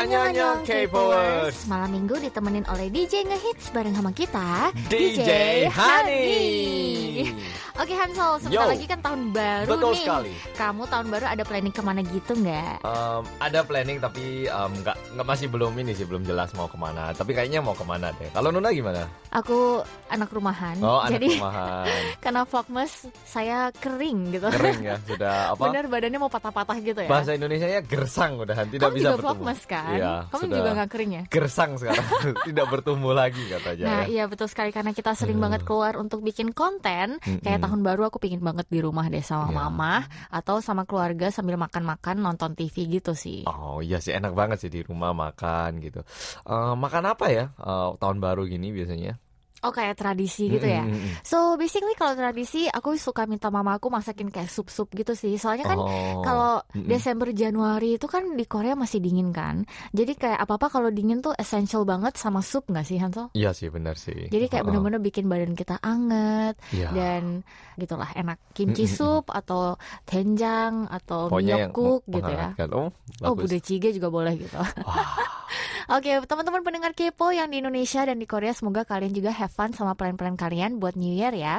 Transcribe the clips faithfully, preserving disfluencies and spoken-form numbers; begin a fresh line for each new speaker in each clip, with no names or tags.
Annyeonghaseyo K-popers.
Malam minggu ditemenin oleh D J Ngehits bareng sama kita
D J Hani.
Oke Hansol, sebentar lagi kan tahun baru.
Betul
nih.
sekali.
Kamu tahun baru ada planning kemana gitu nggak?
Um, ada planning tapi um, nggak nggak masih belum ini sih belum jelas mau kemana. Tapi kayaknya mau kemana deh. Kalau Nuna gimana?
Aku anak rumahan.
Oh anak
jadi,
rumahan.
Karena vlogmas saya kering gitu.
Kering ya sudah apa?
Bener badannya mau patah-patah gitu ya.
Bahasa Indonesianya gersang udahan tidak
Kamu
bisa
juga
bertumbuh.
vlogmas kan?
Iya,
Kamu
sudah
juga nggak kering ya?
Gersang sekarang tidak bertumbuh lagi katanya.
Nah
ya.
iya betul sekali karena kita sering
Uh.
banget keluar untuk bikin konten.
Mm-mm.
Kayak tahun baru aku pingin banget di rumah deh sama
Iya.
mama atau sama keluarga sambil makan-makan nonton T V gitu sih.
Oh iya sih enak banget sih di rumah makan gitu. Uh, makan apa ya uh, tahun baru gini biasanya?
Oh kayak tradisi gitu ya.
Mm-mm.
So basically kalau tradisi aku suka minta mama aku masakin kayak sup-sup gitu sih. Soalnya kan
Oh.
kalau
Mm-mm.
Desember Januari itu kan di Korea masih dingin kan. Jadi kayak apa-apa kalau dingin tuh essential banget sama sup nggak sih Hansol?
Iya sih benar sih.
Jadi kayak
Oh, oh.
bener-bener bikin badan kita anget
Iya.
dan gitulah enak. Kimchi
Mm-mm.
sup atau doenjang atau
Pokoknya yang
myeokguk gitu ya.
menghangatkan. Oh,
Oh
bagus.
budae-jjigae juga boleh gitu. Oke teman-teman pendengar Kepo yang di Indonesia dan di Korea, semoga kalian juga have fun sama plan-plan kalian buat New Year ya.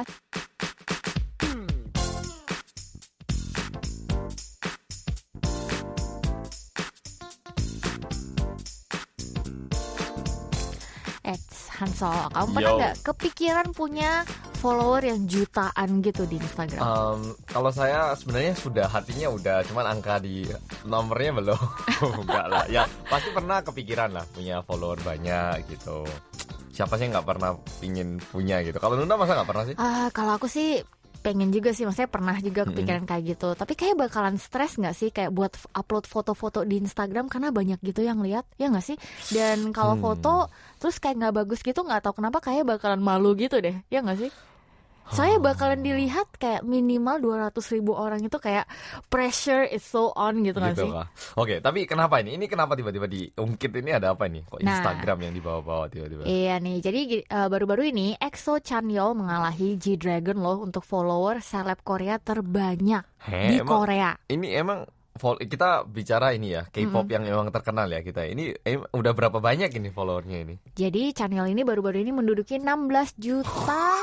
Eits, Hansol, kamu pernah
Yo.
nggak kepikiran punya follower yang jutaan gitu di Instagram?
Um, kalau saya sebenarnya sudah hatinya udah, cuman angka di nomornya belum. Enggak lah. Ya pasti pernah kepikiran lah punya follower banyak gitu. Siapa sih nggak pernah pingin punya gitu? Kalau Nunda masa nggak pernah sih?
Ah, kalau aku sih pengen juga sih, maksudnya pernah juga kepikiran kayak gitu. Tapi kayak bakalan stres nggak sih kayak buat f- upload foto-foto di Instagram karena banyak gitu yang lihat, ya nggak sih? Dan kalau
Hmm.
foto terus kayak nggak bagus gitu, nggak tahu kenapa kayak bakalan malu gitu deh, ya nggak sih? Saya bakalan dilihat kayak minimal dua ratus ribu orang, itu kayak pressure is so on gitu nggak
Gitu
sih?
kah? Oke, tapi kenapa ini? Ini kenapa tiba-tiba diungkit ini ada apa nih? Kok
Nah.
Instagram yang dibawa-bawa tiba-tiba?
Iya nih, jadi uh, baru-baru ini EXO Chanyeol mengalahi G-Dragon loh untuk follower seleb Korea terbanyak
Heh,
di
emang-
Korea.
Ini emang fol- kita bicara ini ya K-pop yang emang terkenal ya kita. Ini em- udah berapa banyak ini followernya ini?
Jadi Chanyeol ini baru-baru ini menduduki enam belas juta.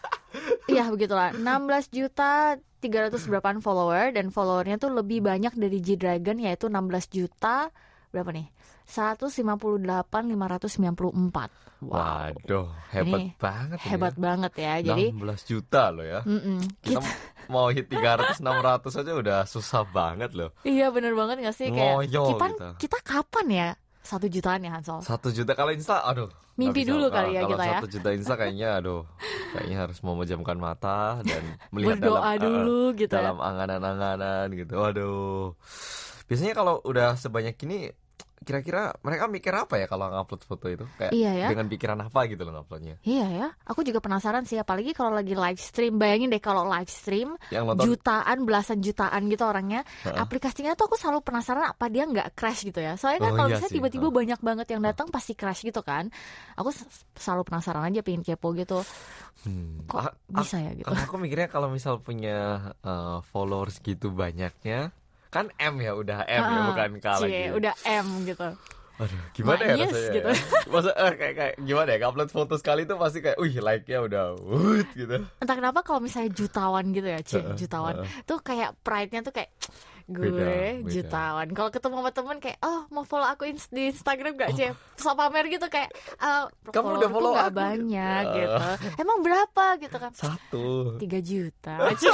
Iya begitulah, enam belas juta tiga ratus berapaan follower, dan followernya tuh lebih banyak dari G-Dragon yaitu enam belas juta berapa nih? seratus lima puluh delapan ribu lima ratus sembilan puluh empat.
Waduh, hebat
Ini
banget ini
Hebat
ya.
banget ya. Jadi
enam belas juta loh ya.
mm-mm,
Kita
kita,
mau hit tiga ratus enam ratus aja udah susah banget loh.
iya bener banget gak sih kayak
Ngoyo
kita,
gitu.
kita kapan ya satu jutaan ya Hansol?
Satu juta kalau Insta, aduh. nggak
Mimpi
bisa.
dulu
Ah,
kali ya
kalau
kita ya.
satu juta Insta kayaknya, aduh, kayaknya harus memejamkan mata dan melihat
Berdoa
dalam,
dulu
eh,
gitu ya.
dalam angan-angan gitu. Waduh. Biasanya kalau udah sebanyak ini, kira-kira mereka mikir apa ya kalau ngupload foto itu? Kayak
Iya ya.
dengan pikiran apa gitu loh nguploadnya?
Iya ya, aku juga penasaran sih, apalagi kalau lagi live stream. Bayangin deh kalau live stream
Yang nonton
jutaan, belasan jutaan gitu orangnya.
Heeh.
Aplikasinya tuh aku selalu penasaran apa dia nggak crash gitu ya. Soalnya kan
Oh,
kalau
iya
misalnya
sih.
tiba-tiba
Heeh.
banyak banget yang datang pasti crash gitu kan. Aku s- selalu penasaran aja, pengen kepo gitu.
Hmm.
Kok
Ah,
bisa ya gitu.
Kalau aku mikirnya kalau misal punya eh, followers gitu banyaknya, kan M ya udah M ya
Ah,
bukan K
cie,
lagi.
udah M gitu.
Aduh, gimana ya
Manis
rasanya?
gitu.
Ya? Masa eh, kayak kayak gimana ya? Upload foto sekali tuh pasti kayak, wih like-nya udah, wut gitu.
Entah kenapa kalau misalnya jutawan gitu ya, cie,
Heeh,
jutawan.
heeh.
Tuh kayak pride-nya tuh kayak gue
Beda, beda.
jutawan. Kalau ketemu sama temen kayak, oh mau follow aku ins- di Instagram gak cie? Sok pamer gitu kayak, ah,
Kamu udah
followerku
follow
nggak
aku.
banyak
Ah.
gitu. Emang berapa gitu kan?
Satu.
Tiga juta. Cie.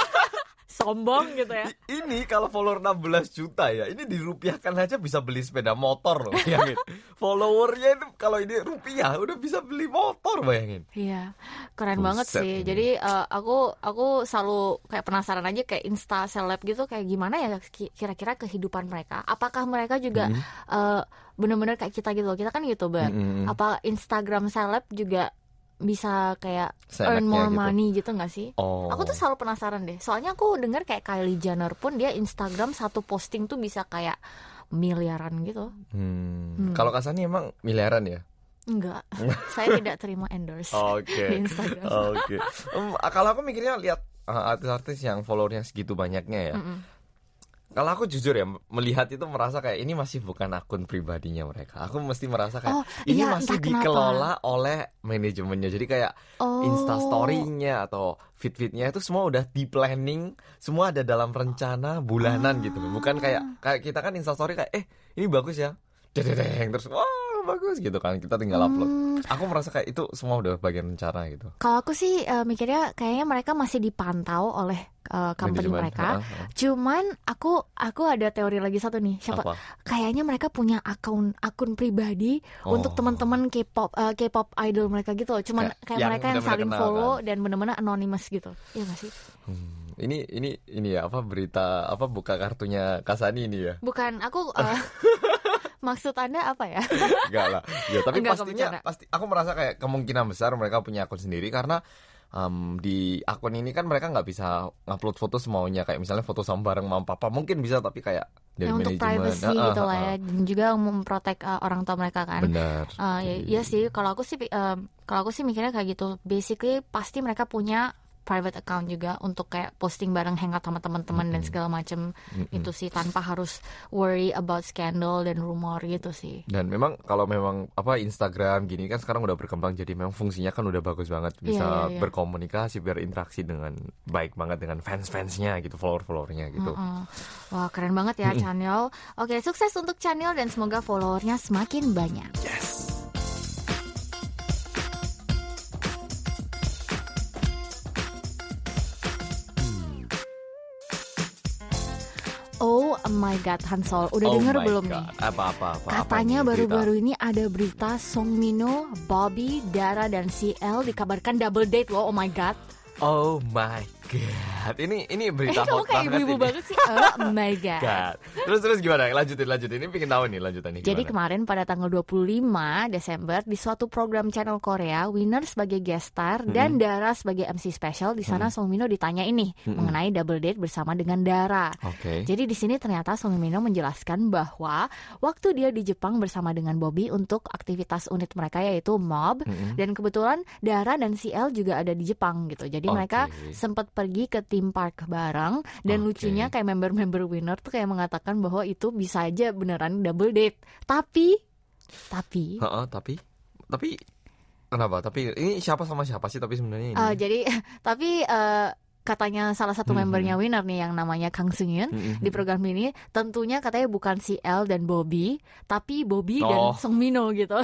Sombong gitu ya.
I- Ini kalau follower enam belas juta ya, ini dirupiahkan aja bisa beli sepeda motor loh, bayangin. Followernya itu kalau ini rupiah udah bisa beli motor, bayangin.
Iya, keren
Buset
banget sih.
ini.
Jadi eh, aku aku selalu kayak penasaran aja kayak Insta seleb gitu, kayak gimana ya ki- kira-kira kehidupan mereka. Apakah mereka juga
Mhm.
eh, bener-bener kayak kita gitu loh. Kita kan YouTuber.
Mhm.
Apa Instagram seleb juga bisa kayak
Seenaknya
earn more
gitu.
money gitu nggak sih?
Oh.
Aku tuh selalu penasaran deh. Soalnya aku dengar kayak Kylie Jenner pun dia Instagram satu posting tuh bisa kayak miliaran gitu.
Hmm. Kalau Kasani emang miliaran ya?
Enggak, saya tidak terima endorse
Oke.
di Instagram.
Oke. Em, kalau aku mikirnya lihat uh, artis-artis yang followernya segitu banyaknya ya.
Mm-mm.
Kalau aku jujur ya melihat itu merasa kayak ini masih bukan akun pribadinya mereka. Aku mesti merasa kayak
Oh,
ini
iya,
masih
entah
dikelola oleh manajemennya. Jadi kayak
Oh.
Insta story-nya atau feed-feednya itu semua udah di planning, semua ada dalam rencana bulanan gitu. Bukan kayak kayak kita kan Insta story kayak eh ini bagus ya. Dededeng terus wah bagus gitu kan. Kita tinggal upload.
Hmm.
Aku merasa kayak itu semua udah bagian rencana gitu.
Kalau aku sih eh, mikirnya kayaknya mereka masih dipantau oleh eh, company
Manajemen.
mereka.
Ha, ha.
Cuman aku aku ada teori lagi satu nih. Siapa?
Apa?
Kayaknya mereka punya akun akun pribadi
Oh.
untuk teman-teman K-pop eh, K-pop idol mereka gitu. Cuman
Kayak
kayak
yang
mereka yang
benar-benar
saling
kenal,
follow dan benar-benar anonymous gitu. Iya gak sih?
Hmm, ini ini ini ya apa berita apa buka kartunya Kasani ini ya?
Bukan aku eh, maksud Anda apa ya?
Enggak lah. Ya, tapi
Enggak,
pastinya
kebicara.
pasti aku merasa kayak kemungkinan besar mereka punya akun sendiri karena em, di akun ini kan mereka nggak bisa ngupload foto semaunya kayak misalnya foto sama bareng mama papa mungkin bisa tapi kayak dari
Ya, untuk
manajemen.
privacy
Ah, ah,
gitu lah
ah,
ya,
ah.
dan juga memprotek eh, orang tua mereka kan.
Benar.
Uh, ya,
Jadi-
iya sih, kalau aku sih, um, kalau aku sih mikirnya kayak gitu. Basically pasti mereka punya private account juga untuk kayak posting bareng hangout sama teman-teman dan segala macam itu sih tanpa harus worry about scandal dan rumor gitu sih.
Dan memang kalau memang apa Instagram gini kan sekarang udah berkembang jadi memang fungsinya kan udah bagus banget bisa
Iya, iya, iya.
berkomunikasi berinteraksi dengan baik banget dengan fans-fansnya gitu follower-followernya gitu.
Mm-mm. Wah keren banget ya channel. Oke sukses untuk channel dan semoga followernya semakin banyak.
Yes.
Oh my god Hansol, udah
Oh
denger
my
belum
God.
nih?
Apa-apa apa,
Katanya
apa nih
baru-baru ini ada berita Song Mino, Bobby, Dara dan C L dikabarkan double date loh. Oh my god.
berita? Oh my god. Ini ini
Eh
berita
kamu
hot
kayak
banget
ibu-ibu
ini.
banget sih. Oh my god.
God. Terus terus gimana? Lanjutin lanjutin. Ini bikin tahu nih lanjutannya gimana?
Jadi kemarin pada tanggal dua puluh lima Desember di suatu program channel Korea, Winner sebagai guest star dan Dara sebagai M C special. Di sana Song Mino ditanya ini mengenai double date bersama dengan Dara.
Oke.
Jadi di sini ternyata Song Mino menjelaskan bahwa waktu dia di Jepang bersama dengan Bobby untuk aktivitas unit mereka yaitu Mob, dan kebetulan Dara dan C L juga ada di Jepang gitu. Jadi
Oke.
mereka sempat pergi ke theme park bareng dan
Oke.
lucunya kayak member-member Winner tuh kayak mengatakan bahwa itu bisa aja beneran double date. Tapi tapi
Heeh, tapi tapi kenapa? Tapi ini siapa sama siapa sih tapi sebenarnya ini?
eh, jadi tapi eh, katanya salah satu
Mhm.
membernya Winner nih yang namanya Kang Seung-yeon
Mhm.
di program ini tentunya katanya bukan C L dan Bobby tapi Bobby
Oh.
dan Song Mino gitu.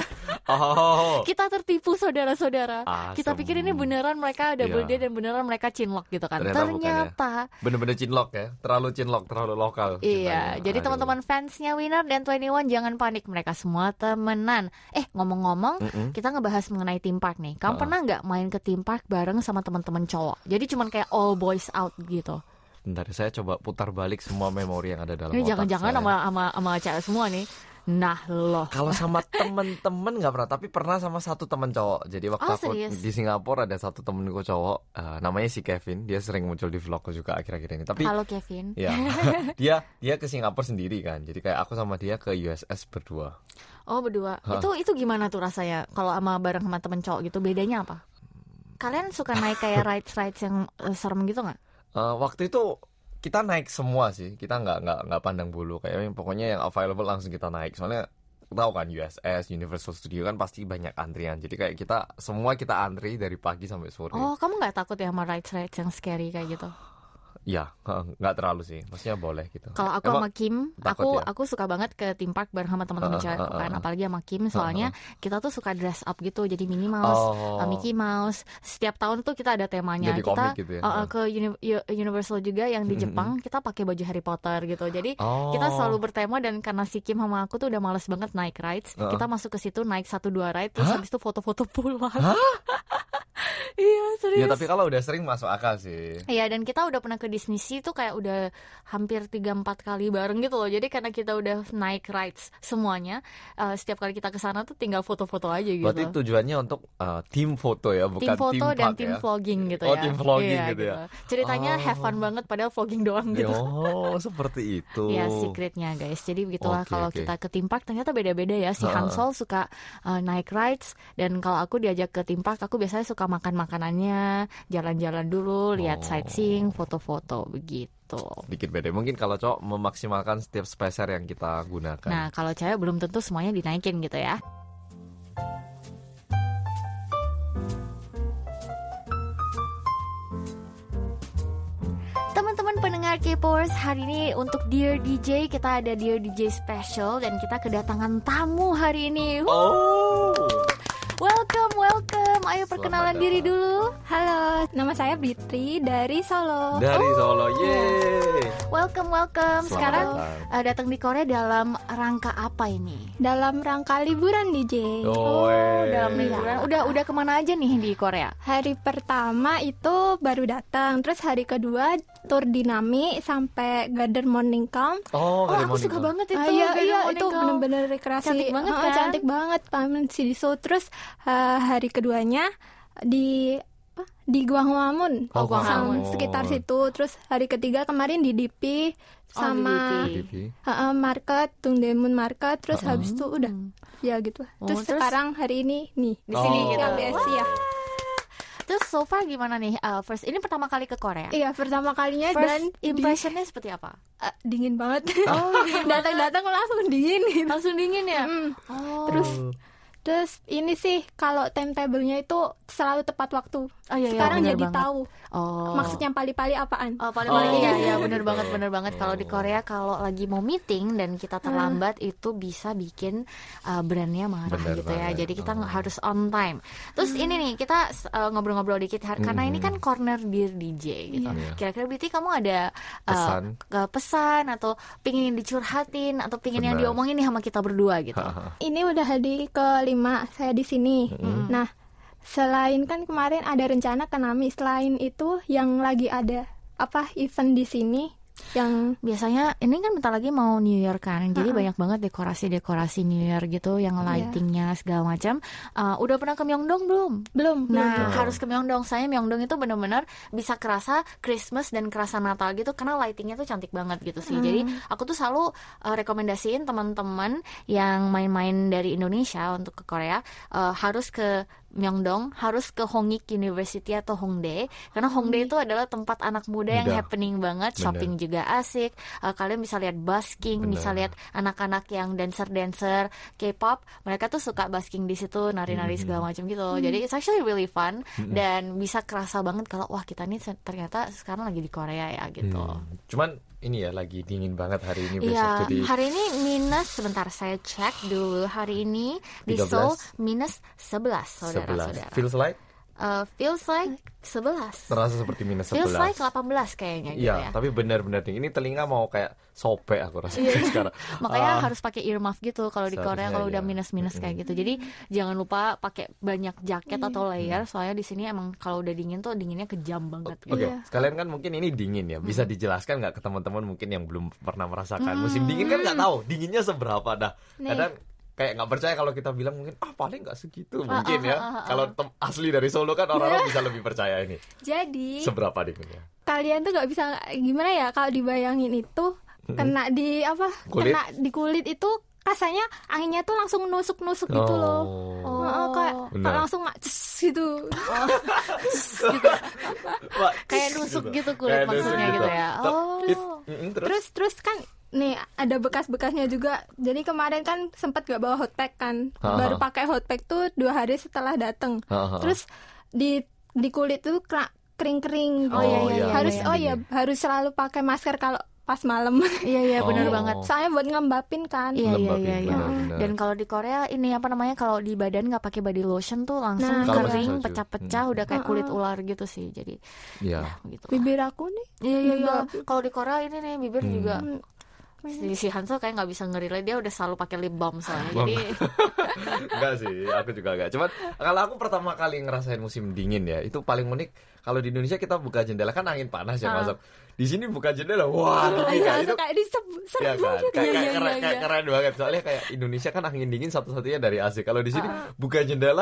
Oh.
Kita tertipu saudara-saudara.
Asem.
Kita pikir ini beneran mereka double
Iya.
date dan beneran mereka cinlok gitu kan.
Ternyata bukan ya.
Ternyata
Bener-bener cinlok ya. Terlalu cinlok, terlalu lokal.
iya,
ceritanya.
jadi
Aduh.
teman-teman fansnya Winner dan twenty one jangan panik, mereka semua temenan. Eh ngomong-ngomong,
Mm-mm.
kita ngebahas mengenai theme park nih. Kamu
Ah.
pernah nggak main ke theme park bareng sama teman-teman cowok? Jadi cuman kayak all boys out gitu.
Bentar, saya coba putar balik semua memori yang ada dalam
Ini
otak
jangan-jangan
saya.
sama sama sama cewek semua nih. Nah loh.
Kalau sama temen-temen nggak pernah, tapi pernah sama satu temen cowok. Jadi waktu
Oh,
aku
serius?
di Singapura ada satu temenku cowok, eh, namanya si Kevin. Dia sering muncul di vlogku juga akhir-akhir ini. Tapi
Halo Kevin.
ya, dia dia ke Singapura sendiri kan. Jadi kayak aku sama dia ke U S S berdua.
Oh berdua.
Hah.
Itu itu gimana tuh rasanya kalau sama bareng sama temen cowok gitu? Bedanya apa? Kalian suka naik kayak rides rides yang eh, serem gitu nggak?
Eh, waktu itu kita naik semua sih, kita nggak nggak nggak pandang bulu, kayak pokoknya yang available langsung kita naik. Soalnya tahu kan U S S Universal Studio kan pasti banyak antrian, jadi kayak kita semua kita antri dari pagi sampai sore.
Oh kamu nggak takut ya sama rides rides yang scary kayak gitu?
Ya nggak terlalu sih, maksudnya boleh gitu.
Kalau aku
Emang
sama Kim,
takut
aku
ya?
aku suka banget ke theme park bareng sama teman-teman
Uh,
cewekku
uh, uh,
kan,
uh.
apalagi sama Kim soalnya kita tuh suka dress up gitu, jadi Minnie Mouse,
Oh.
uh, Mickey Mouse. Setiap tahun tuh kita ada temanya.
Jadi
Kita
komik gitu ya?
uh, uh, ke uni- U- Universal juga yang di Jepang, kita pakai baju Harry Potter gitu. Jadi
Oh.
kita selalu bertema, dan karena si Kim sama aku tuh udah males banget naik rides,
Uh.
kita masuk ke situ naik satu dua ride terus
Hah?
habis itu foto-foto pulang. Iya serius.
Ya tapi kalau udah sering masuk akal sih.
Iya, dan kita udah pernah ke Disney Sea tuh kayak udah hampir tiga empat kali bareng gitu loh. Jadi karena kita udah naik rides semuanya, uh, setiap kali kita ke sana tuh tinggal foto-foto aja gitu.
Berarti tujuannya untuk uh, tim foto ya, bukan
tim foto
tim
dan
park
tim
ya?
vlogging gitu
Oh,
ya.
tim vlogging
Iya,
gitu ya.
Ceritanya
Oh.
have fun banget padahal vlogging doang gitu.
Oh, seperti itu.
Ya secretnya guys. Jadi begitulah
Oke,
kalau
oke.
kita ke theme park ternyata beda-beda ya. Si
Ha.
Hansol suka uh, naik rides, dan kalau aku diajak ke theme park aku biasanya suka makan makanannya rumahnya, jalan-jalan dulu, lihat
Oh.
sightseeing, foto-foto begitu.
Sedikit beda. Mungkin kalau cowok memaksimalkan setiap spesial yang kita gunakan.
Nah, kalau cewek belum tentu semuanya dinaikin gitu ya. Teman-teman pendengar K-popers, hari ini untuk Dear D J kita ada Dear D J special dan kita kedatangan tamu hari ini.
Oh.
Welcome, welcome. Ayo perkenalan
Selamat
diri
datang.
dulu.
Halo, nama saya Bitri dari Solo.
Dari Solo. Yeay.
Welcome, welcome.
Selamat
Sekarang
datang.
uh, datang di Korea dalam rangka apa ini?
Dalam rangka liburan D J.
Oh,
Dalam liburan. Udah udah kemana aja nih di Korea?
Hari pertama itu baru datang, terus hari kedua tur dinami sampai Garden Morning Calm.
Oh,
Oh,
dari
aku
Morning
suka
Calm.
banget itu.
Ah, iya,
Garden
iya
Morning
itu
Calm.
bener-bener rekreasi.
Cantik banget
Ah,
kan?
Cantik banget Pamen Sidiso. Terus uh, hari keduanya di apa? Di Gwanghwamun.
Oh,
Gwanghwamun.
Sekitar situ. Terus hari ketiga kemarin di D P
Oh,
sama
di D
T V.
uh, market, Tungdemun Market. Terus
Uh-uh.
habis itu udah ya gitu.
Oh,
Terus,
terus?
sekarang hari ini nih
Di sini
Oh.
gitu.
K B S C ya.
Terus so far gimana nih? Uh, first ini pertama kali ke Korea.
Iya, pertama kalinya
First
dan
impressionnya seperti apa?
di- eh, dingin banget.
Oh,
Datang-datang langsung dingin gitu.
langsung dingin ya.
Mm.
Oh.
Terus terus ini sih kalau timetable-nya itu selalu tepat waktu.
Oh, iya, iya,
Sekarang
bener
jadi
banget.
tahu
Oh.
maksudnya pali-pali apaan.
Oh, paling paling
Oh.
iya, iya bener banget, bener banget. Kalau di
Oh.
Korea kalau lagi mau meeting dan kita terlambat itu bisa bikin uh, brandnya marah
Bener
gitu ya.
banget.
Jadi kita
Oh.
harus on time. Terus ini nih kita uh, ngobrol-ngobrol dikit har- karena ini kan
Mm-mm.
corner Dear D J gitu.
Iya.
Kira-kira Biti kamu ada uh,
Pesan.
ke- pesan atau pingin dicurhatin atau pingin yang
Benar.
diomongin nih sama kita berdua gitu.
Ini udah hari kelima saya di sini.
Mm-mm.
Nah, selain kan kemarin ada rencana ke Nami, selain itu yang lagi ada apa event di sini yang
Biasanya ini kan bentar lagi mau New Year kan, jadi
Uh-uh.
banyak banget dekorasi-dekorasi New Year gitu, yang
Iya.
lightingnya segala macam. Uh, udah pernah ke Myeongdong belum?
belum
Nah,
Belum.
harus ke Myeongdong. Saya Myeongdong itu benar-benar bisa kerasa Christmas dan kerasa Natal gitu karena lightingnya tuh cantik banget gitu sih.
Hmm.
Jadi aku tuh selalu uh, rekomendasiin teman-teman yang main-main dari Indonesia untuk ke Korea uh, harus ke Myeongdong, harus ke Hongik University atau Hongdae karena Hongdae itu adalah tempat anak muda yang
Muda.
happening banget,
Bener.
shopping juga asik. Uh, kalian bisa lihat busking,
Bener.
bisa lihat anak-anak yang dancer-dancer K-pop, mereka tuh suka busking di situ, nari-nari
Mhm.
segala macam gitu. Jadi it's actually really fun
Mhm.
dan bisa kerasa banget kalau wah kita nih se- ternyata sekarang lagi di Korea ya gitu.
Hmm. Cuman ini ya lagi dingin banget hari ini besok
Iya,
jadi
hari ini minus, sebentar saya cek dulu. Hari ini di
tiga
Seoul
belas.
minus sebelas,
sebelas.
saudara-saudara.
Feels like
Uh, feels like sebelas.
terasa seperti minus
Feels
sebelas.
like delapan belas kayaknya gitu
Iya,
ya.
tapi benar-benar dingin. Ini telinga mau kayak sobek aku rasanya sekarang.
Makanya
Ah,
harus pakai earmuff gitu kalau di Korea
seharusnya
kalau udah
iya.
minus-minus kayak
Mm-mm.
gitu. Jadi jangan lupa pakai banyak jaket atau
Mm.
layer soalnya di sini emang kalau udah dingin tuh dinginnya kejam banget
Oke,
gitu.
Iya.
sekalian kan mungkin ini dingin ya. Bisa dijelaskan nggak ke teman-teman mungkin yang belum pernah merasakan
Hmm.
musim dingin kan nggak tahu dinginnya seberapa dah.
Nih.
Kadang kayak nggak percaya kalau kita bilang mungkin ah paling nggak segitu
Ah,
mungkin
ah,
ya.
ah, ah, ah.
Kalau tem- asli dari Solo kan orang-orang bisa lebih percaya ini.
jadi
Seberapa dinginnya?
kalian tuh nggak bisa gimana ya kalau dibayangin itu kena di apa
Kulit?
kena di kulit itu rasanya anginnya tuh langsung nusuk-nusuk gitu loh.
Oh.
Heeh, kayak
Benar.
langsung mak ces gitu.
Wah,
Kayak nusuk gitu kulit
Kayak nusuk
maksudnya gitu ya.
Ter-
Oh.
it- mm, terus,
Terus terus kan nih ada bekas-bekasnya juga. Jadi kemarin kan sempat gak bawa hot pack kan.
Ha, ha.
Baru pakai hot pack tuh dua hari setelah datang.
Ha, ha, ha.
Terus di di kulit tuh kera- kering-kering.
Oh, iya, iya, iya,
harus
iya,
oh
iya.
iya harus selalu pakai masker kalau pas malam.
Iya iya benar
Oh.
banget.
Soalnya buat ngembapin kan.
Iya iya
Lembabin,
iya iya.
benar-benar.
Dan kalau di Korea ini apa namanya kalau di badan nggak pakai body lotion tuh langsung
Nah,
Kalau
kering,
masih salju.
pecah-pecah,
Hmm.
udah kayak kulit
Uh-uh.
ular gitu sih. Jadi
Iya.
ya gitu.
Bibir aku nih.
Iya iya iya.
Juga.
Kalau di Korea ini nih bibir
Hmm.
juga
Hmm.
si, si Hansel kayak nggak bisa ngerilai, dia udah selalu pakai lip balm soalnya.
Balm.
Jadi
Enggak sih, aku juga enggak. Cuman kalau aku pertama kali ngerasain musim dingin ya, itu paling unik. Kalau di Indonesia kita buka jendela kan angin panas ya
Ah.
masuk. Di sini buka jendela, wah dingin
Iya,
kan itu.
kayak diserbu
Ya
serbu
kan,
gitu.
kayak, kayak,
Iya, iya,
keren,
iya,
kayak
iya.
keren banget. Soalnya kayak Indonesia kan angin dingin satu-satunya dari A C. Kalau di sini buka jendela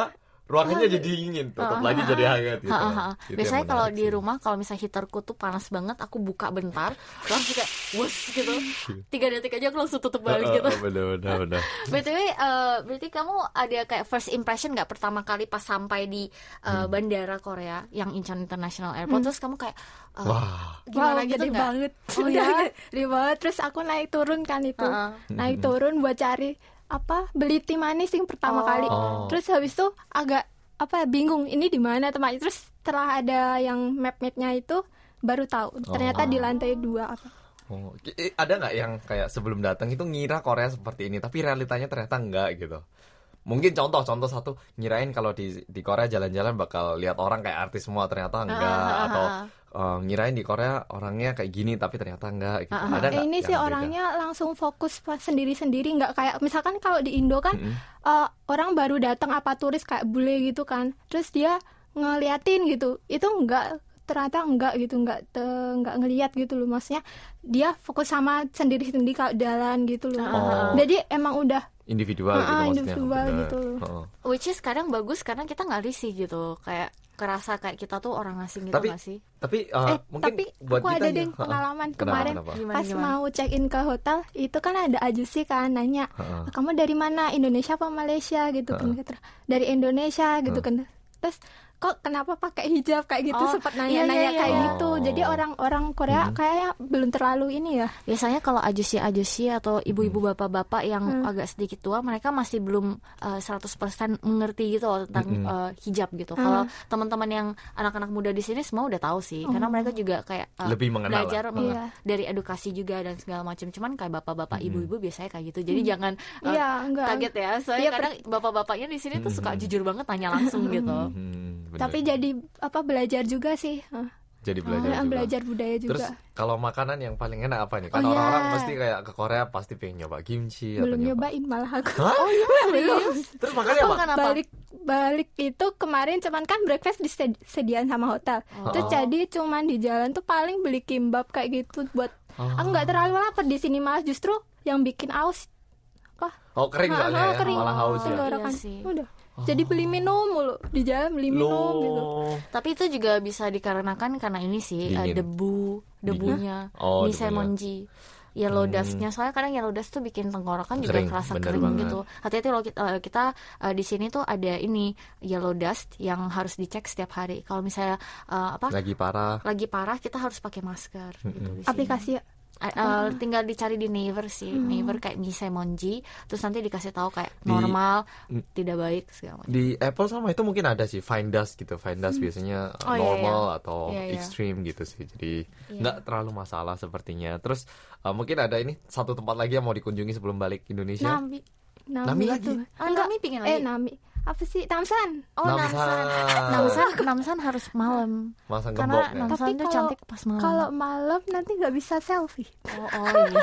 ruangannya jadi dingin, tutup lagi jadi hangat gitu. Itu
Biasanya kalau di
sih.
rumah kalau misalnya heaterku tuh panas banget, aku buka bentar, langsung kayak wus gitu. Tiga detik aja aku langsung tutup balik gitu.
Bener bener.
B T W, uh, berarti kamu ada kayak first impression nggak pertama kali pas sampai di uh, hmm. bandara Korea yang Incheon International Airport, hmm. terus kamu kayak uh,
wah,
gimana
wow,
gitu
gede
nggak?
banget.
Oh ya,
gede banget. Terus aku naik turun kan itu, uh-uh. naik turun buat cari apa beli teh manis yang pertama oh. kali. Oh. Terus habis itu agak apa bingung ini di mana tempatnya. Terus setelah ada yang map-mapnya itu baru tahu ternyata oh. di lantai dua apa.
Oh, ada nggak yang kayak sebelum datang itu ngira Korea seperti ini, tapi realitanya ternyata enggak gitu? Mungkin contoh-contoh satu, ngirain kalau di di Korea jalan-jalan bakal lihat orang kayak artis semua, ternyata enggak, uh, atau uh, ngirain di Korea orangnya kayak gini tapi ternyata enggak gitu.
Uh,
ada nggak?
Ini sih orangnya beda? Langsung fokus sendiri-sendiri, nggak kayak misalkan kalau di Indo kan mm-hmm. uh, orang baru datang apa turis kayak bule gitu kan, terus dia ngeliatin gitu, itu enggak. Ternyata enggak gitu, enggak te, enggak ngelihat gitu loh, maksudnya dia fokus sama sendiri-sendiri kalau jalan gitu loh. Oh. Jadi emang udah
individual gitu
uh,
maksudnya.
Individual gitu loh.
Oh.
Which is kadang bagus karena kita nggak risih gitu, kayak kerasa kayak kita tuh orang asing gitu nggak sih?
Tapi uh,
eh,
mungkin
tapi
buat
aku
kita
ada
ya.
deh pengalaman
kenapa,
kemarin
kenapa?
Gimana,
pas
gimana?
mau check in ke hotel itu kan ada ajusi kan nanya
uh-uh.
kamu dari mana, Indonesia apa Malaysia gitu
uh-uh.
kan, dari Indonesia gitu
uh-uh.
kan, terus kok kenapa pakai hijab kayak gitu,
oh,
sempat
iya,
nanya-nanya
iya,
kayak
iya.
gitu. Jadi orang-orang Korea hmm. kayaknya belum terlalu ini ya.
Biasanya kalau ajusi-ajusi atau ibu-ibu bapak-bapak yang
hmm.
agak sedikit tua, mereka masih belum uh, seratus persen mengerti gitu loh tentang hmm. uh, hijab gitu. Hmm. Kalau teman-teman yang anak-anak muda di sini semua udah tahu sih, oh. karena mereka juga kayak uh,
lebih mengenal
belajar meng-
iya.
dari edukasi juga dan segala macam. Cuman kayak bapak-bapak, hmm. ibu-ibu biasanya kayak gitu. Jadi hmm. jangan uh,
iya,
kaget ya. Soalnya
iya,
kadang bapak-bapaknya di sini tuh suka jujur banget tanya langsung gitu.
Hmm,
tapi jadi apa belajar juga sih.
Jadi belajar
oh,
juga.
Belajar budaya juga.
Terus kalau makanan yang paling enak apa nih? Kan
oh,
orang-orang
yeah.
pasti kayak ke Korea pasti pengen nyoba kimchi.
Belum
atau
nyobain malah aku.
Hah?
Oh iya,
belum.
Terus makannya apa?
apa?
Balik balik itu kemarin cuman kan breakfast disediain sama hotel. Oh. Terus jadi cuman di jalan tuh paling beli kimbap kayak gitu buat oh. aku nggak terlalu lapar di sini, malah justru yang bikin aus apa?
Oh kering
nah,
soalnya ya,
kering.
malah haus ya.
Iya sih.
Udah. Jadi beli minum mulu di jalan, beli minum
Loh.
gitu.
Tapi itu juga bisa dikarenakan karena ini sih uh, debu, debunya,
oh,
misemonji, yellow hmm. dustnya. Soalnya kadang yellow dust tuh bikin tenggorokan juga
kering,
kerasa
bener
kering
banget.
gitu. Hati-hati loh kita, uh, kita uh, di sini tuh ada ini yellow dust yang harus dicek setiap hari. Kalau misalnya uh, apa?
Lagi parah.
Lagi parah kita harus pakai masker.
Mm-hmm.
Gitu di sini.
Aplikasi ya?
Uh, uh, tinggal dicari di Naver sih, hmm. Naver kayak misemonji, terus nanti dikasih tahu kayak normal, di, tidak baik segala macam.
Di Apple sama itu mungkin ada sih Find Dust gitu, Find Dust hmm. biasanya
oh,
normal
iya, iya.
atau
iya, iya.
extreme gitu sih, jadi
iya.
nggak terlalu masalah sepertinya. Terus uh, mungkin ada ini satu tempat lagi yang mau dikunjungi sebelum balik Indonesia.
Nami, Nami,
Nami
itu.
lagi?
Ah, Nami pingin lagi.
Eh Nami. Apa sih? Namsan.
Oh, Namsan. Namsan, Namsan harus malam.
Masang
karena
gembok ya.
Namsan
Tapi
tuh
kalau,
cantik pas malam.
Kalau malam nanti nggak bisa selfie.
Oh, oh iya.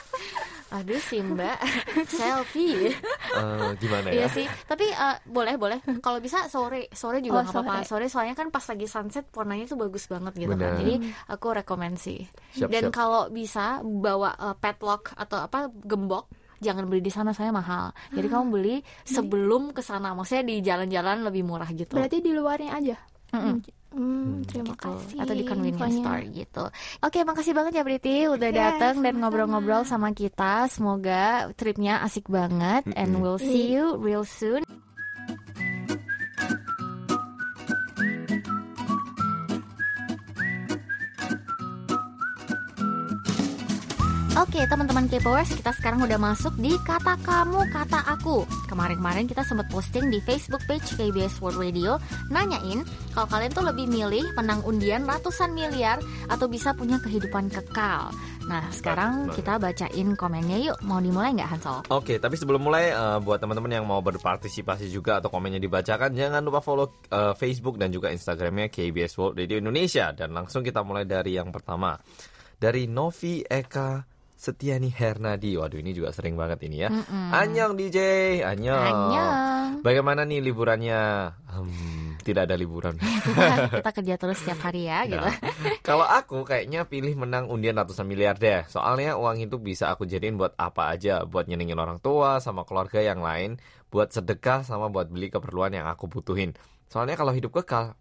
Aduh sih Mbak, selfie.
Uh, gimana ya?
Iya sih. Tapi uh, boleh boleh. Kalau bisa sore, sore juga nggak
oh,
apa-apa. Sore soalnya kan pas lagi sunset warnanya tuh bagus banget gitu
Bener.
kan. Jadi aku rekomen sih.
Siap,
Dan
siap.
kalau bisa bawa uh, padlock atau apa gembok. Jangan beli di sana, saya mahal. Jadi kamu beli sebelum ke sana. Maksudnya di jalan-jalan lebih murah gitu.
Berarti di luarnya aja.
Mm-mm.
Hmm, terima
gitu.
kasih.
Atau di convenience
infonya.
store gitu. Oke, makasih banget ya Priti udah
Yes,
datang dan
sama-sama.
ngobrol-ngobrol sama kita. Semoga tripnya asik banget.
Mm-mm.
And we'll see you real soon. Oke teman-teman K-popers, kita sekarang udah masuk di kata kamu, kata aku. Kemarin-kemarin kita sempat posting di Facebook page K B S World Radio, nanyain kalau kalian tuh lebih milih menang undian ratusan miliar atau bisa punya kehidupan kekal. Nah sekarang kita bacain komennya yuk. Mau dimulai nggak Hansol?
Oke, tapi sebelum mulai uh, buat teman-teman yang mau berpartisipasi juga atau komennya dibacakan, jangan lupa follow uh, Facebook dan juga Instagramnya K B S World Radio Indonesia. Dan langsung kita mulai dari yang pertama, dari Novi Eka Setiani Hernadi. Waduh, ini juga sering banget ini ya. Mm-mm. Annyeong D J, annyeong.
Annyeong.
Bagaimana nih liburannya? Hmm, Tidak ada liburan.
kita, kita kerja terus setiap hari ya, gitu.
Ya. Kalau aku kayaknya pilih menang undian ratusan miliar deh. Soalnya uang itu bisa aku jadiin buat apa aja. Buat nyenengin orang tua sama keluarga yang lain. Buat sedekah sama buat beli keperluan yang aku butuhin. Soalnya kalau hidup kekal,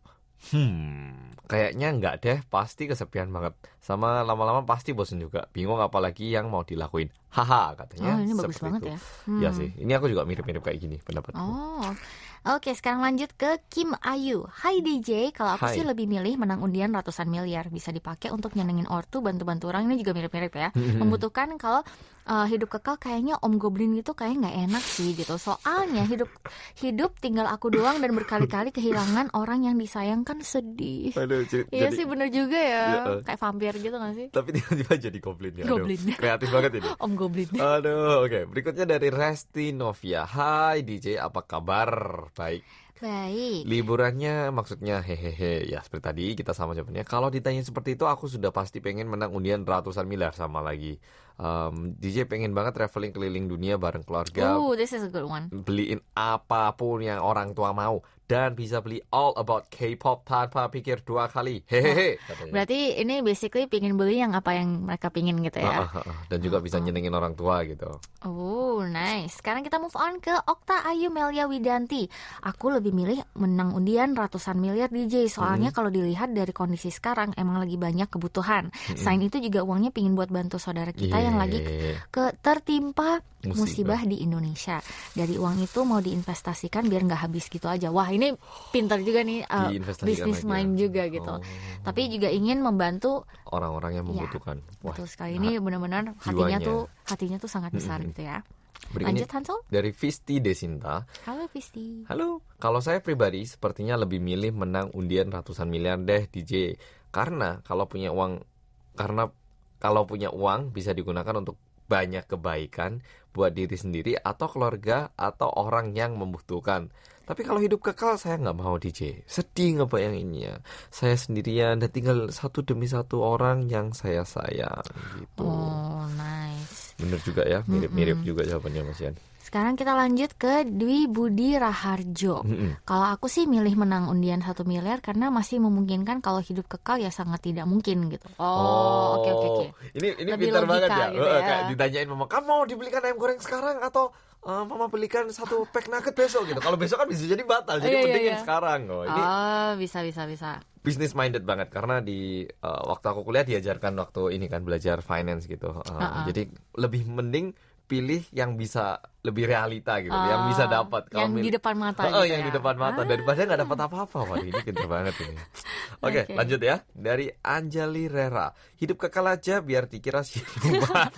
Hmm, kayaknya enggak deh, pasti kesepian banget. Sama lama-lama pasti bosen juga. Bingung apalagi yang mau dilakuin. Haha, katanya.
Oh, ini bagus
seperti
banget
itu.
ya. Hmm.
Ya sih, ini aku juga mirip-mirip kayak gini pendapatku.
Oh, oke, sekarang lanjut ke Kim Ayu. Hai D J, kalau aku
Hai.
sih lebih milih menang undian ratusan miliar. Bisa dipakai untuk nyenengin ortu, bantu-bantu orang. Ini juga mirip-mirip ya. Membutuhkan kalau uh, hidup kekal kayaknya Om Goblin gitu kayak nggak enak sih gitu. Soalnya hidup hidup tinggal aku doang dan berkali-kali kehilangan orang yang disayangkan sedih.
Aduh, j-
Iya
jadi-
sih bener juga ya.
Ya, uh.
Kayak vampir gitu gak sih?
Tapi tiba-tiba jadi goblin ya. Aduh,
Goblin.
kreatif banget ini.
Om Goblin.
Aduh, oke. Berikutnya dari Resti Novia. Hai D J, apa kabar? Baik.
Baik.
Liburannya maksudnya hehehe. Ya seperti tadi kita sama jawabannya. Kalau ditanya seperti itu aku sudah pasti pengen menang undian ratusan miliar sama lagi. Um, D J pengen banget traveling keliling dunia bareng keluarga.
Oh, this is a good one.
Beliin apapun yang orang tua mau. Dan bisa beli all about K-pop tanpa pikir dua kali. Hehehe. katanya.
Berarti ini basically pingin beli yang apa yang mereka pingin gitu ya.
Ah, ah, ah. Dan juga bisa nyenengin orang tua gitu.
Oh, nice. Sekarang kita move on ke Okta Ayu Melia Widanti. Aku lebih milih menang undian ratusan miliar D J. Soalnya kalau dilihat dari kondisi sekarang emang lagi banyak kebutuhan. Selain itu juga uangnya pingin buat bantu saudara kita yang lagi
Yeah.
ke tertimpa
Musibah.
musibah di Indonesia. Dari uang itu mau diinvestasikan biar nggak habis gitu aja. Wah, ini pintar juga nih uh,
Diinvestasikan
bisnis
lagi ya.
mind juga gitu.
Oh.
Tapi juga ingin membantu.
Orang-orang yang
Ya,
membutuhkan. Wah,
Betul sekali, ini benar-benar hatinya
jiwanya.
tuh hatinya tuh sangat besar gitu ya.
berikutnya
Lanjut Hansel.
dari Visti Desinta.
Halo Visti.
Halo, kalau saya pribadi sepertinya lebih milih menang undian ratusan miliar deh D J. Karena kalau punya uang, karena kalau punya uang bisa digunakan untuk banyak kebaikan buat diri sendiri atau keluarga atau orang yang membutuhkan. Tapi kalau hidup kekal saya nggak mau D J. Sedih ngebayanginnya. Saya sendirian dan tinggal satu demi satu orang yang saya sayang gitu.
Oh, nice.
Bener juga ya, mirip-mirip juga jawabannya Mas Yan.
Sekarang kita lanjut ke Dwi Budi Raharjo.
Mm-mm.
Kalau aku sih milih menang undian satu miliar karena masih memungkinkan. Kalau hidup kekal ya sangat tidak mungkin gitu. Oh, oke oke oke.
Ini ini
Lebih
pintar banget
logika
ya.
gitu
Eh,
ya.
Kayak ditanyain mama, kamu mau dibelikan ayam goreng sekarang atau eh, mama belikan satu pack nugget besok gitu. Kalau besok kan bisa jadi batal. Jadi
Iya, iya,
mendingin
iya.
sekarang. Oh, ini
Oh, bisa bisa bisa.
business minded banget karena di eh, waktu aku kuliah diajarkan waktu ini kan belajar finance gitu. Eh,
Uh-uh.
Jadi lebih mending pilih yang bisa lebih realita gitu,
Oh,
yang bisa dapat. Kalau
yang
mil-
di depan mata
Oh,
gitu
yang
ya.
di depan mata
Ah.
daripada nggak dapat apa-apa. Wah, ini pintar banget ini. Oke,
Oke.
lanjut ya. Dari Anjali Rera. Hidup kekal aja biar dikira siluman.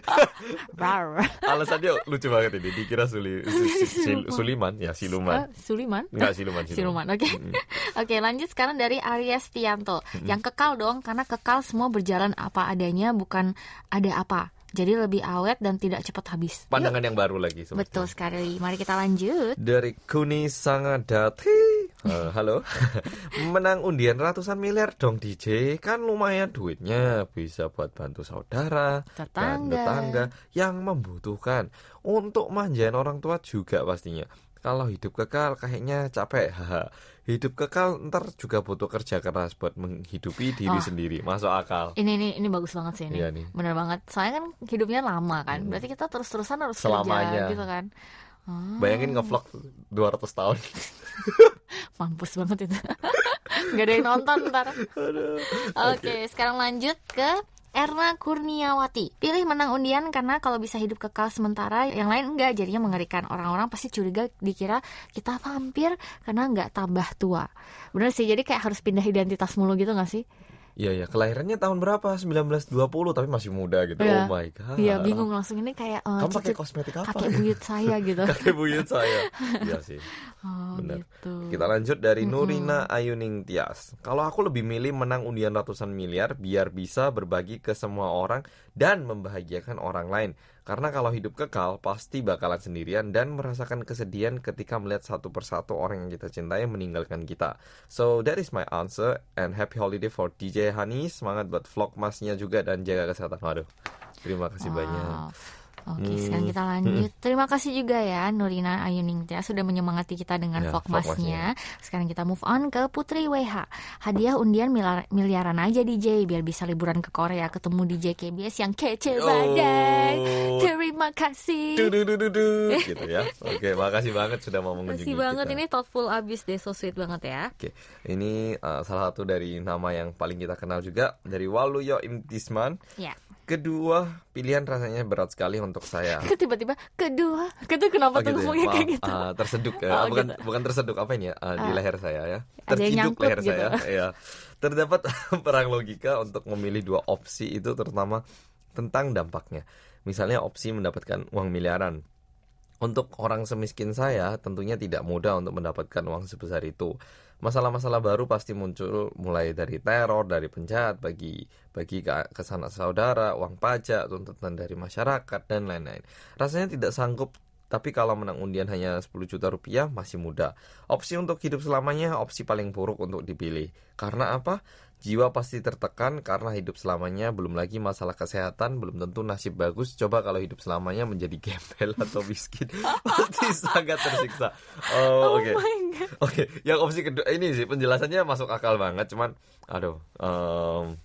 Rar.
Alasannya lucu banget ini. Dikira suli, si- si- sil- suliman, ya siluman.
Eh, Suliman?
Enggak siluman,
Siluman, oke. Oke, lanjut sekarang dari Arya Stianto. Yang kekal dong, karena kekal semua berjalan apa adanya, bukan ada apa. Jadi lebih awet dan tidak cepat habis.
Pandangan yang baru lagi.
Yuk,
sepertinya.
betul sekali. Mari kita lanjut.
Dari Kuni Sangadati. Eh, halo. Menang undian ratusan miliar dong D J. Kan lumayan duitnya. Bisa buat bantu saudara dan
Tetangga.
tetangga yang membutuhkan. Untuk manjain orang tua juga pastinya. Kalau hidup kekal kayaknya capek. Haha. Hidup kekal ntar juga butuh kerja keras buat menghidupi diri
Oh.
sendiri. Masuk akal.
Ini ini ini bagus banget sih ini.
Iya nih.
Bener banget. Soalnya kan hidupnya lama kan. Berarti kita terus-terusan harus
Selamanya.
kerja gitu kan. Oh,
Bayangin ngevlog dua ratus tahun.
mampus banget itu. Gak ada yang nonton ntar. Oke, sekarang lanjut ke Erna Kurniawati. Pilih menang undian karena kalau bisa hidup kekal sementara, yang lain enggak, jadinya mengerikan. Orang-orang pasti curiga dikira kita vampir karena enggak tambah tua. Bener sih, jadi kayak harus pindah identitas mulu gitu gak sih?
Iya ya, kelahirannya tahun berapa? sembilan belas dua puluh tapi masih muda gitu. Oh
Iya.
my god.
Iya, bingung langsung ini kayak uh,
Kamu pakai
cucu
kosmetik apa?
kakek buyut saya gitu.
Kakek buyut saya. Iya sih.
Oh,
Benar.
gitu.
Kita lanjut dari Nurina Ayuning Tias. Kalau aku lebih milih menang undian ratusan miliar biar bisa berbagi ke semua orang dan membahagiakan orang lain. Karena kalau hidup kekal pasti bakalan sendirian dan merasakan kesedihan ketika melihat satu persatu orang yang kita cintai meninggalkan kita. So that is my answer and happy holiday for D J Hani. Semangat buat vlog masnya juga dan jaga kesehatan. Waduh. Terima kasih
Wow.
banyak.
Oke, sekarang kita lanjut. Terima kasih juga ya Nurina Ayuningtia sudah menyemangati kita dengan
Ya,
vlogmasnya. Sekarang kita move on ke Putri W H. Hadiah undian miliar, miliaran aja D J biar bisa liburan ke Korea ketemu D J K B S yang kece badai. Terima kasih.
Du-du-du-du-du, gitu ya. Oke, makasih banget sudah mau mengunjungi
Makasih banget,
kita.
ini thoughtful abis deh, so sweet banget ya.
Oke, ini uh, salah satu dari nama yang paling kita kenal juga dari Waluyo Imtisman.
Ya.
Kedua pilihan rasanya berat sekali untuk saya.
Tiba-tiba kedua, kedua kenapa
Oh,
tuh
gitu ya?
ngomongnya kayak
Maaf,
gitu?
uh, terseduk ya.
Oh,
bukan
gitu.
bukan terseduk apa ini ya? Uh, di
Ah.
leher saya ya.
Ada yang
Terciduk
nyangkut
leher
gitu.
saya. Ya. Terdapat perang logika untuk memilih dua opsi itu, terutama tentang dampaknya. Misalnya opsi mendapatkan uang miliaran. Untuk orang semiskin saya tentunya tidak mudah untuk mendapatkan uang sebesar itu. Masalah-masalah baru pasti muncul mulai dari teror, dari penjahat bagi bagi ke, ke sanak saudara, uang pajak, tuntutan dari masyarakat dan lain-lain. Rasanya tidak sanggup, tapi kalau menang undian hanya sepuluh juta rupiah masih mudah. Opsi untuk hidup selamanya opsi paling buruk untuk dipilih. Karena apa? Jiwa pasti tertekan karena hidup selamanya, belum lagi masalah kesehatan, belum tentu nasib bagus. Coba kalau hidup selamanya menjadi gembel atau miskin, pasti sangat tersiksa. Oh, oke.
Oh my God.
Oke, yang opsi kedua ini sih penjelasannya masuk akal banget, cuman aduh, em,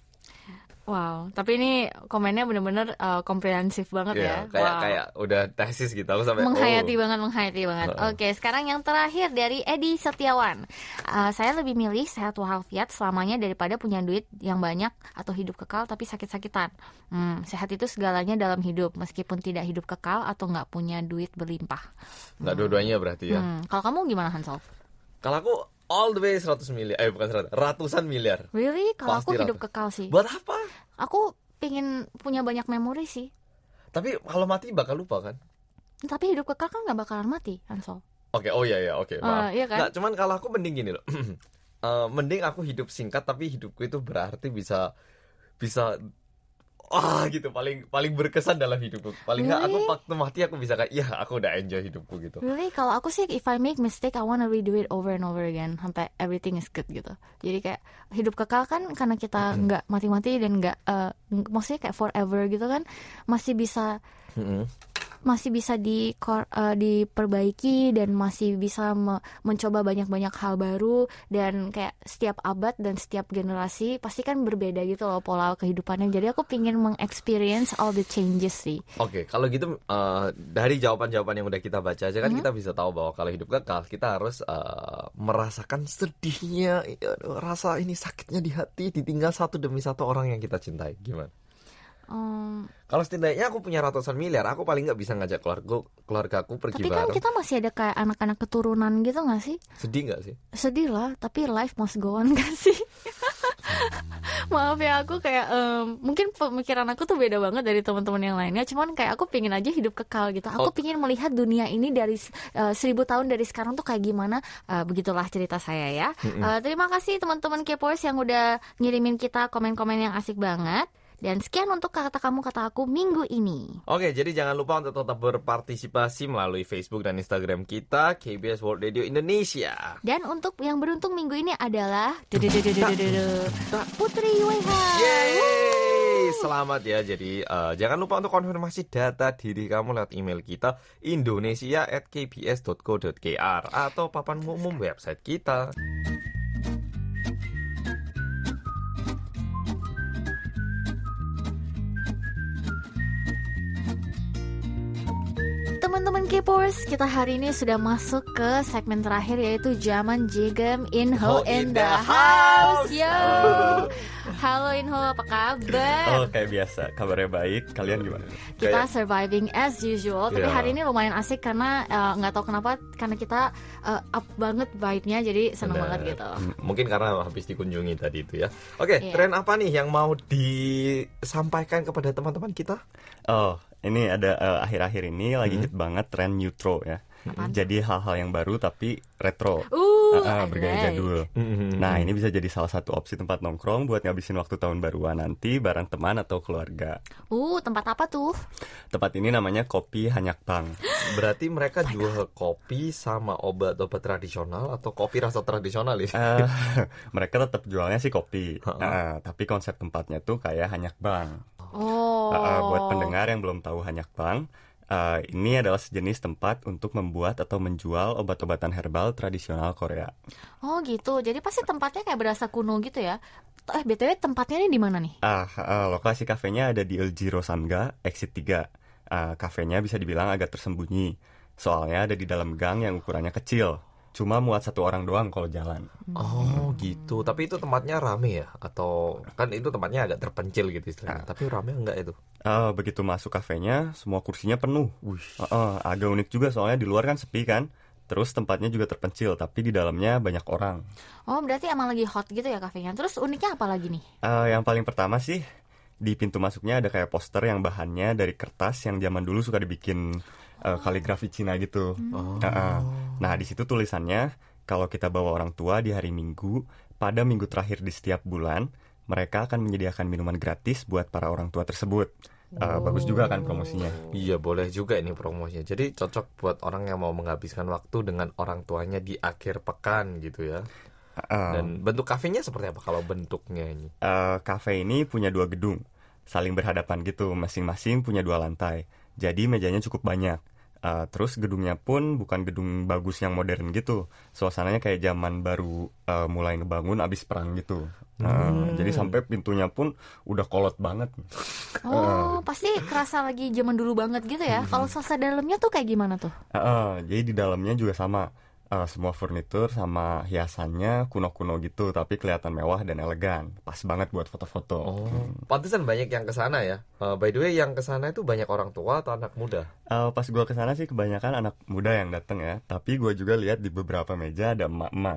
Wow, tapi ini komennya bener-bener uh, komprehensif banget
ya,
ya.
kayak
Wow.
kayak udah tesis gitu. Aku sampai
Menghayati
oh.
banget, menghayati banget.
Uh-uh.
Oke, sekarang yang terakhir dari Edi Setiawan. Uh, saya lebih milih sehat walafiat selamanya daripada punya duit yang banyak atau hidup kekal tapi sakit-sakitan. Hmm, sehat itu segalanya dalam hidup, meskipun tidak hidup kekal atau nggak punya duit berlimpah.
Nggak dua-duanya berarti ya.
Hmm, kalau kamu gimana, Hansol?
Kalau aku all the way seratus miliar, eh bukan seratus, ratusan miliar.
Really? Kalau aku
Pasti
hidup
ratus.
kekal sih.
Buat apa?
Aku pengen punya banyak memori sih.
Tapi kalau mati bakal lupa kan?
Tapi hidup kekal kan nggak bakalan mati, Hansol.
Oke, oh iya ya, oke, maaf.
Uh, iya kan?
Nggak, cuman kalau aku mending gini loh. Eh, mending aku hidup singkat tapi hidupku itu berarti bisa bisa wah gitu, paling paling berkesan dalam hidupku. Paling nggak
Really?
aku waktu mati aku bisa kayak iya aku udah enjoy hidupku gitu.
Really, kalau aku sih if I make mistake I wanna redo it over and over again sampai everything is good gitu. Jadi kayak hidup kekal kan karena kita nggak mati-mati dan nggak uh, ng- maksudnya kayak forever gitu kan, masih bisa
Mm-mm.
masih bisa di kor- uh, diperbaiki dan masih bisa me- mencoba banyak-banyak hal baru, dan kayak setiap abad dan setiap generasi pasti kan berbeda gitu loh pola kehidupannya. Jadi aku pingin mengexperience all the changes sih.
Oke, kalau gitu eh, dari jawaban-jawaban yang udah kita baca aja kan kita bisa tahu bahwa kalau hidup kekal kita harus eh, merasakan sedihnya, aduh, rasa ini sakitnya di hati ditinggal satu demi satu orang yang kita cintai. Gimana?
Um,
Kalau setidaknya aku punya ratusan miliar, aku paling nggak bisa ngajak keluarga keluargaku pergi
tapi kan
bareng.
kita masih ada kayak anak-anak keturunan gitu nggak sih?
Sedih nggak sih?
Sedih lah, tapi life must go on gak sih? Maaf ya, aku kayak um, mungkin pemikiran aku tuh beda banget dari teman-teman yang lainnya. Cuman kayak aku pingin aja hidup kekal gitu. Aku
Oh.
pingin melihat dunia ini dari uh, seribu tahun dari sekarang tuh kayak gimana. Uh, begitulah cerita saya ya. Uh, terima kasih teman-teman K-popers yang udah ngirimin kita komen-komen yang asik banget. Dan sekian untuk kata kamu kata aku minggu ini.
Oke, jadi jangan lupa untuk tetap berpartisipasi melalui Facebook dan Instagram kita K B S World Radio Indonesia.
Dan untuk yang beruntung minggu ini adalah dududududududu, Putri W H.
Yeay, selamat ya. Jadi uh, jangan lupa untuk konfirmasi data diri kamu lewat email kita indonesia at k b s dot co dot k r atau papan umum website kita.
Teman-teman K-popers, kita hari ini sudah masuk ke segmen terakhir yaitu Zaman Jigem Inho in the house. Yo. Halo Inho, apa kabar?
Oh, kayak biasa, kabarnya baik. Kalian gimana?
Kita
kayak-
surviving as usual. Tapi
Iya.
hari ini lumayan asik karena eh, nggak tahu kenapa, karena kita eh, up banget vibe-nya, jadi seneng
Benar.
banget gitu.
M- Mungkin karena habis dikunjungi tadi itu ya. Oke,
Iya.
tren apa nih yang mau disampaikan kepada teman-teman kita?
Oh, ini ada eh, akhir-akhir ini lagi hit banget tren neutro ya.
Apaan?
Jadi hal-hal yang baru tapi retro.
Uh,
Ah, ah, bergaya
alright.
jadul. Nah, ini bisa jadi salah satu opsi tempat nongkrong buat ngabisin waktu tahun baruan nanti bareng teman atau keluarga.
Uh, tempat apa tuh?
Tempat ini namanya Kopi Hanyakpang.
Berarti mereka jual kopi sama obat-obat tradisional atau kopi rasa tradisional ya?
Eh, mereka tetap jualnya sih kopi.
Ha-ha.
Ah, tapi konsep tempatnya tuh kayak Hanyakpang.
Oh.
Ah, ah, buat pendengar yang belum tahu Hanyakpang, Uh, ini adalah sejenis tempat untuk membuat atau menjual obat-obatan herbal tradisional Korea.
Oh gitu, jadi pasti tempatnya kayak berasa kuno gitu ya. Eh B T W tempatnya ini di mana nih?
Ah, uh, lokasi kafenya ada di Eljiro Samga, exit tiga. Uh, kafenya bisa dibilang agak tersembunyi. Soalnya ada di dalam gang yang ukurannya kecil. Cuma muat satu orang doang kalau jalan.
Oh gitu. Tapi itu tempatnya rame ya? Atau kan itu tempatnya agak terpencil gitu istilahnya. Tapi rame enggak itu?
Uh, begitu masuk kafenya, semua kursinya penuh. Uh, uh, agak unik juga soalnya di luar kan sepi kan. Terus tempatnya juga terpencil, tapi di dalamnya banyak orang.
Oh berarti emang lagi hot gitu ya kafenya. Terus uniknya apa lagi nih?
Uh, yang paling pertama sih, di pintu masuknya ada kayak poster yang bahannya dari kertas yang zaman dulu suka dibikin uh, kaligrafi Cina gitu.
Oh.
Uh, uh. Nah di situ tulisannya, kalau kita bawa orang tua di hari Minggu, pada minggu terakhir di setiap bulan, mereka akan menyediakan minuman gratis buat para orang tua tersebut. Uh, oh. Bagus juga kan promosinya.
Iya boleh juga ini promosinya. Jadi cocok buat orang yang mau menghabiskan waktu dengan orang tuanya di akhir pekan gitu ya. Uh, Dan bentuk kafenya seperti apa kalau bentuknya ini?
Uh, kafe ini punya dua gedung, saling berhadapan gitu, masing-masing punya dua lantai. Jadi mejanya cukup banyak. Uh, terus gedungnya pun bukan gedung bagus yang modern gitu. Suasananya kayak zaman baru uh, mulai ngebangun abis perang gitu. Uh, hmm. Jadi sampai pintunya pun udah kolot banget.
Oh, uh. pasti kerasa lagi zaman dulu banget gitu ya. Kalau suasana dalamnya tuh kayak gimana tuh?
Uh, uh, jadi di dalamnya juga sama. Uh, semua furnitur sama hiasannya kuno-kuno gitu, tapi kelihatan mewah dan elegan. Pas banget buat foto-foto.
Oh, hmm. Pantesan banyak yang kesana ya. Uh, by the way, yang kesana itu banyak orang tua atau anak muda?
Uh, pas gue kesana sih kebanyakan anak muda yang datang ya. Tapi gue juga lihat di beberapa meja ada emak-emak.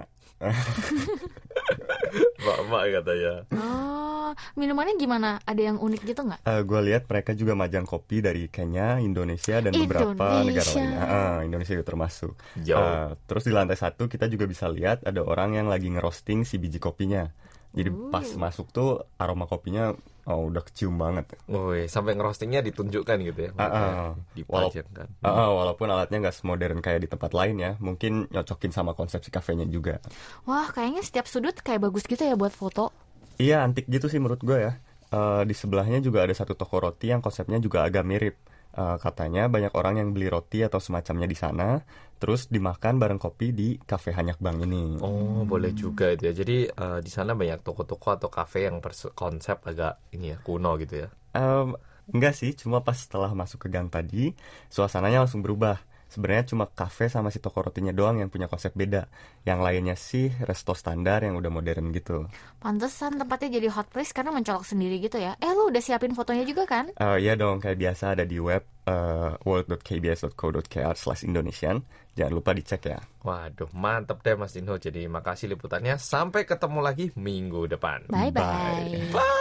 Emak-emak katanya.
Oh, minumannya gimana? Ada yang unik gitu nggak?
Uh, gue lihat mereka juga majang kopi dari Kenya, Indonesia, dan
Indonesia.
beberapa negara lainnya. Uh, Indonesia juga termasuk. Uh, terus di lantai satu kita juga bisa lihat ada orang yang lagi ngerosting si biji kopinya. Jadi uh. pas masuk tuh aroma kopinya oh, udah kecium banget.
Oh, sampai ngerostingnya ditunjukkan gitu ya.
Uh, uh,
dipajangkan.
Wala- uh, uh, walaupun alatnya nggak semodern kayak di tempat lain ya, mungkin nyocokin sama konsep si kafenya juga.
Wah, kayaknya setiap sudut kayak bagus gitu ya buat foto.
Iya, antik gitu sih menurut gue ya. Uh, di sebelahnya juga ada satu toko roti yang konsepnya juga agak mirip. Uh, katanya banyak orang yang beli roti atau semacamnya di sana, terus dimakan bareng kopi di Cafe Hanyak Bang ini.
Oh, hmm. boleh juga itu ya. Jadi uh, di sana banyak toko-toko atau kafe yang berkonsep agak ini ya kuno gitu ya.
Um, enggak sih, cuma pas setelah masuk ke gang tadi, suasananya langsung berubah. Sebenarnya cuma kafe sama si toko rotinya doang yang punya konsep beda. Yang lainnya sih resto standar yang udah modern gitu.
Pantesan tempatnya jadi hot place karena mencolok sendiri gitu ya. Eh, lu udah siapin fotonya juga kan?
Uh, iya dong, kayak biasa ada di web uh, world dot k b s dot co dot k r slash indonesian. Jangan lupa dicek ya.
Waduh, mantep deh Mas Dino. Jadi makasih liputannya. Sampai ketemu lagi minggu depan.
Bye-bye.
Bye. Bye.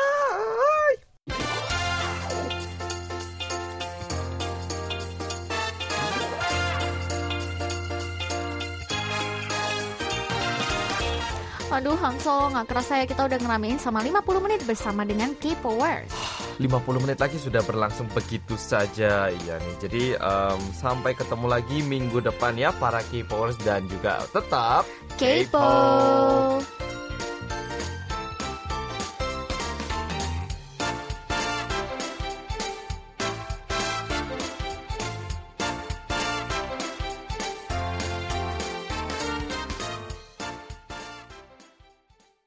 Aduh Hamso, gak kerasa ya kita udah ngeramein sama lima puluh menit bersama dengan K-Powers.
lima puluh menit lagi sudah berlangsung begitu saja. Iya nih, jadi um, sampai ketemu lagi minggu depan ya para K-Powers. Dan juga tetap
K-Pop.